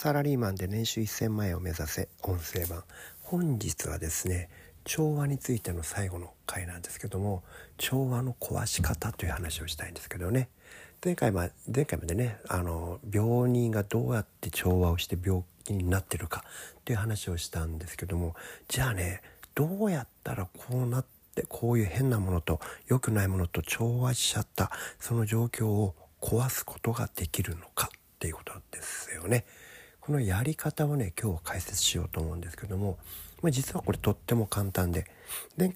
サラリーマンで年収1000万円を目指せ音声版。本日はですね、調和についての最後の回なんですけども、調和の壊し方という話をしたいんですけどね。前回までね、病人がどうやって調和をして病気になってるかという話をしたんですけども、じゃあね、どうやったらこうなってこういう変なものと良くないものと調和しちゃったその状況を壊すことができるのかっていうことですよね。このやり方をね、今日解説しようと思うんですけども、実はこれとっても簡単で、前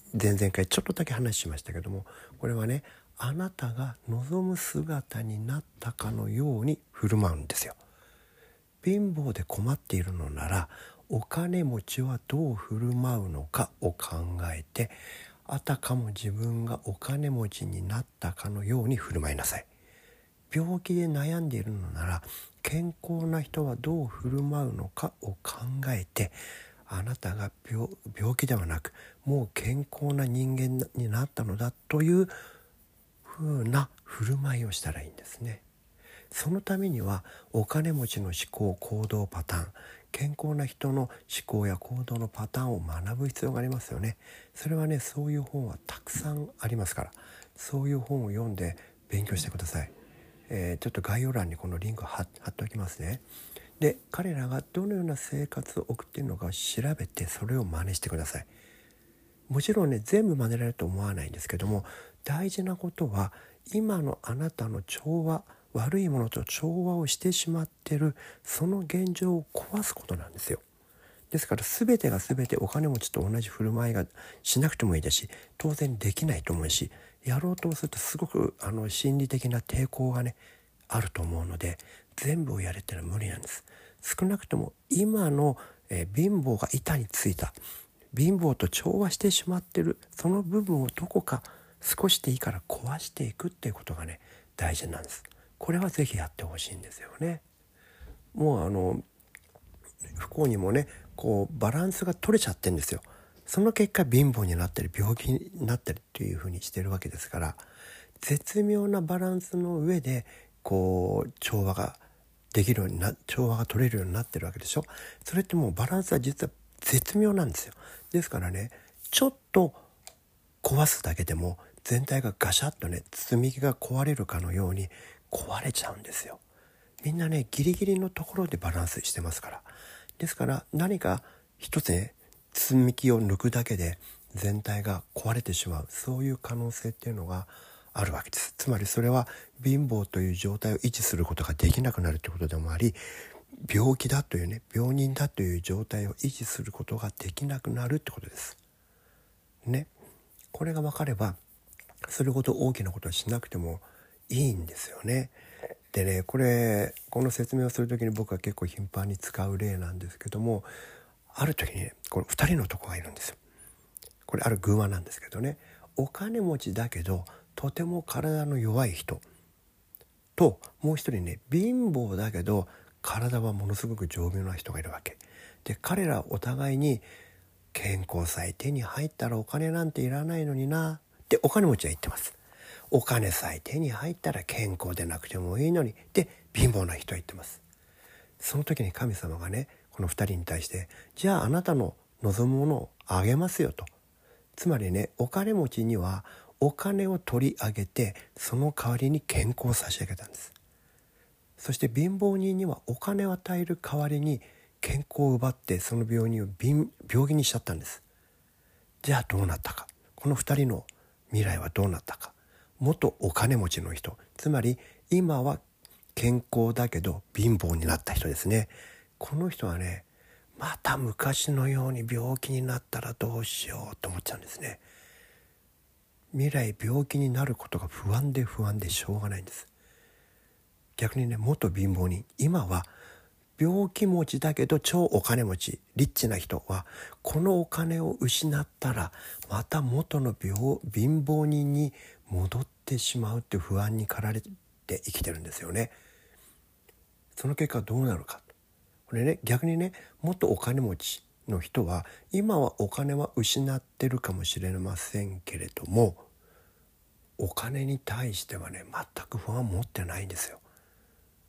々回ちょっとだけ話しましたけども、これはね、あなたが望む姿になったかのように振る舞うんですよ。貧乏で困っているのなら、お金持ちはどう振る舞うのかを考えて、あたかも自分がお金持ちになったかのように振る舞いなさい。病気で悩んでいるのなら、健康な人はどう振る舞うのかを考えて、あなたが病気ではなく、もう健康な人間になったのだという風な振る舞いをしたらいいんですね。そのためには、お金持ちの思考行動パターン、健康な人の思考や行動のパターンを学ぶ必要がありますよね。それはね、そういう本はたくさんありますから、そういう本を読んで勉強してください。ちょっと概要欄にこのリンクを貼っておきますね。で、彼らがどのような生活を送っているのかを調べて、それを真似してください。もちろんね、全部真似られると思わないんですけども、大事なことは、今のあなたの調和、悪いものと調和をしてしまっているその現状を壊すことなんですよ。ですから全てが全てお金持ちと同じ振る舞いがしなくてもいいですし、当然できないと思うし、やろうとするとすごく心理的な抵抗がねあると思うので、全部をやれってのは無理なんです。少なくとも今の、貧乏が板についた、貧乏と調和してしまっているその部分をどこか少しでいいから壊していくっていうことがね大事なんです。これはぜひやってほしいんですよね。もう不幸にもね、こうバランスが取れちゃってんですよ。その結果貧乏になったり病気になったりというふうにしてるわけですから、絶妙なバランスの上でこう調和ができるように調和が取れるようになってるわけでしょ。それってもうバランスは実は絶妙なんですよ。ですからね、ちょっと壊すだけでも全体がガシャッとね、積み木が壊れるかのように壊れちゃうんですよ。みんなね、ギリギリのところでバランスしてますから。ですから何か一つね、積み木を抜くだけで全体が壊れてしまう、そういう可能性っていうのがあるわけです。つまりそれは貧乏という状態を維持することができなくなるということでもあり、病気だというね、病人だという状態を維持することができなくなるってことですね。これが分かれば、それほど大きなことはしなくてもいいんですよね。でね、この説明をするときに僕は結構頻繁に使う例なんですけども、ある時にね、この2人の男がいるんですよ。これある寓話なんですけどね、お金持ちだけどとても体の弱い人と、もう一人ね、貧乏だけど体はものすごく丈夫な人がいるわけで、彼らお互いに、健康さえ手に入ったらお金なんていらないのになってお金持ちは言ってます。お金さえ手に入ったら健康でなくてもいいのにって貧乏な人は言ってます。その時に神様がね、この2人に対して、じゃああなたの望むものをあげますよと。つまりね、お金持ちにはお金を取り上げて、その代わりに健康を差し上げたんです。そして貧乏人にはお金を与える代わりに健康を奪って、その病人を病気にしちゃったんです。じゃあどうなったか、この2人の未来はどうなったか。元お金持ちの人、つまり今は健康だけど貧乏になった人ですね。この人はね、また昔のように病気になったらどうしようと思っちゃうんですね。未来病気になることが不安でしょうがないんです。逆にね、元貧乏人、今は病気持ちだけど超お金持ち、リッチな人は、このお金を失ったらまた元の貧乏人に戻ってしまうって不安に駆られて生きてるんですよね。その結果どうなるか。これね、逆にね、元お金持ちの人は今はお金は失ってるかもしれませんけれども、お金に対してはね、全く不安を持ってないんですよ。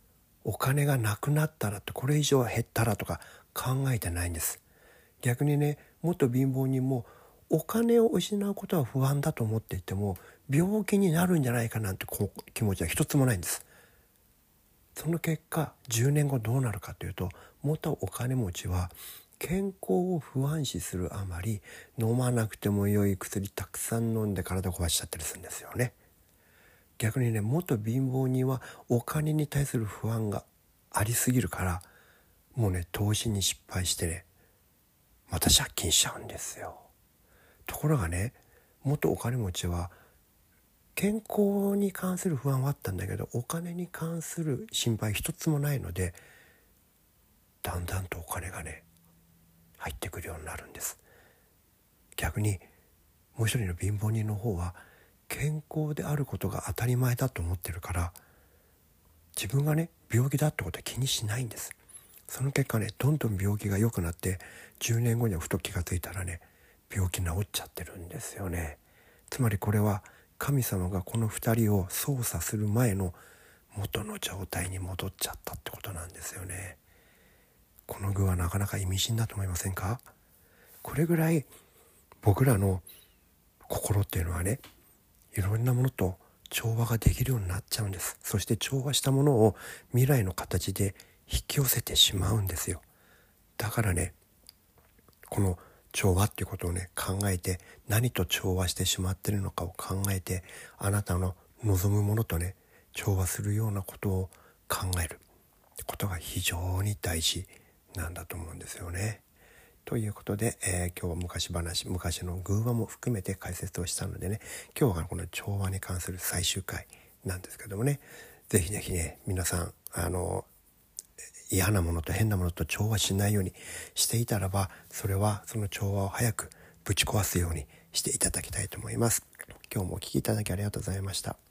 お金がなくなったらってこれ以上減ったらとか考えてないんです。逆にね、もっと貧乏人もお金を失うことは不安だと思っていても病気になるんじゃないかなんて気持ちは一つもないんです。その結果10年後どうなるかというと、元お金持ちは健康を不安視するあまり飲まなくても良い薬たくさん飲んで体壊しちゃったりするんですよね。逆にね、元貧乏人はお金に対する不安がありすぎるからもうね、投資に失敗してね、また借金しちゃうんですよ。ところがね、元お金持ちは健康に関する不安はあったんだけどお金に関する心配一つもないので、だんだんとお金がね入ってくるようになるんです。逆にもう一人の貧乏人の方は健康であることが当たり前だと思ってるから自分がね病気だってことは気にしないんです。その結果ね、どんどん病気が良くなって10年後にはふと気がついたらね、病気治っちゃってるんですよね。つまりこれは神様がこの2人を操作する前の元の状態に戻っちゃったってことなんですよね。この具はなかなか意味深だと思いませんか？これぐらい僕らの心っていうのはね、いろんなものと調和ができるようになっちゃうんです。そして調和したものを未来の形で引き寄せてしまうんですよ。だからね、この調和っていうことをね考えて、何と調和してしまっているのかを考えて、あなたの望むものとね調和するようなことを考えることが非常に大事なんだと思うんですよね。ということで、今日は昔の寓話も含めて解説をしたのでね、今日はこの調和に関する最終回なんですけどもね、ぜひぜひね皆さん嫌なものと変なものと調和しないようにしていたらば、それはその調和を早くぶち壊すようにしていただきたいと思います。今日もお聞きいただきありがとうございました。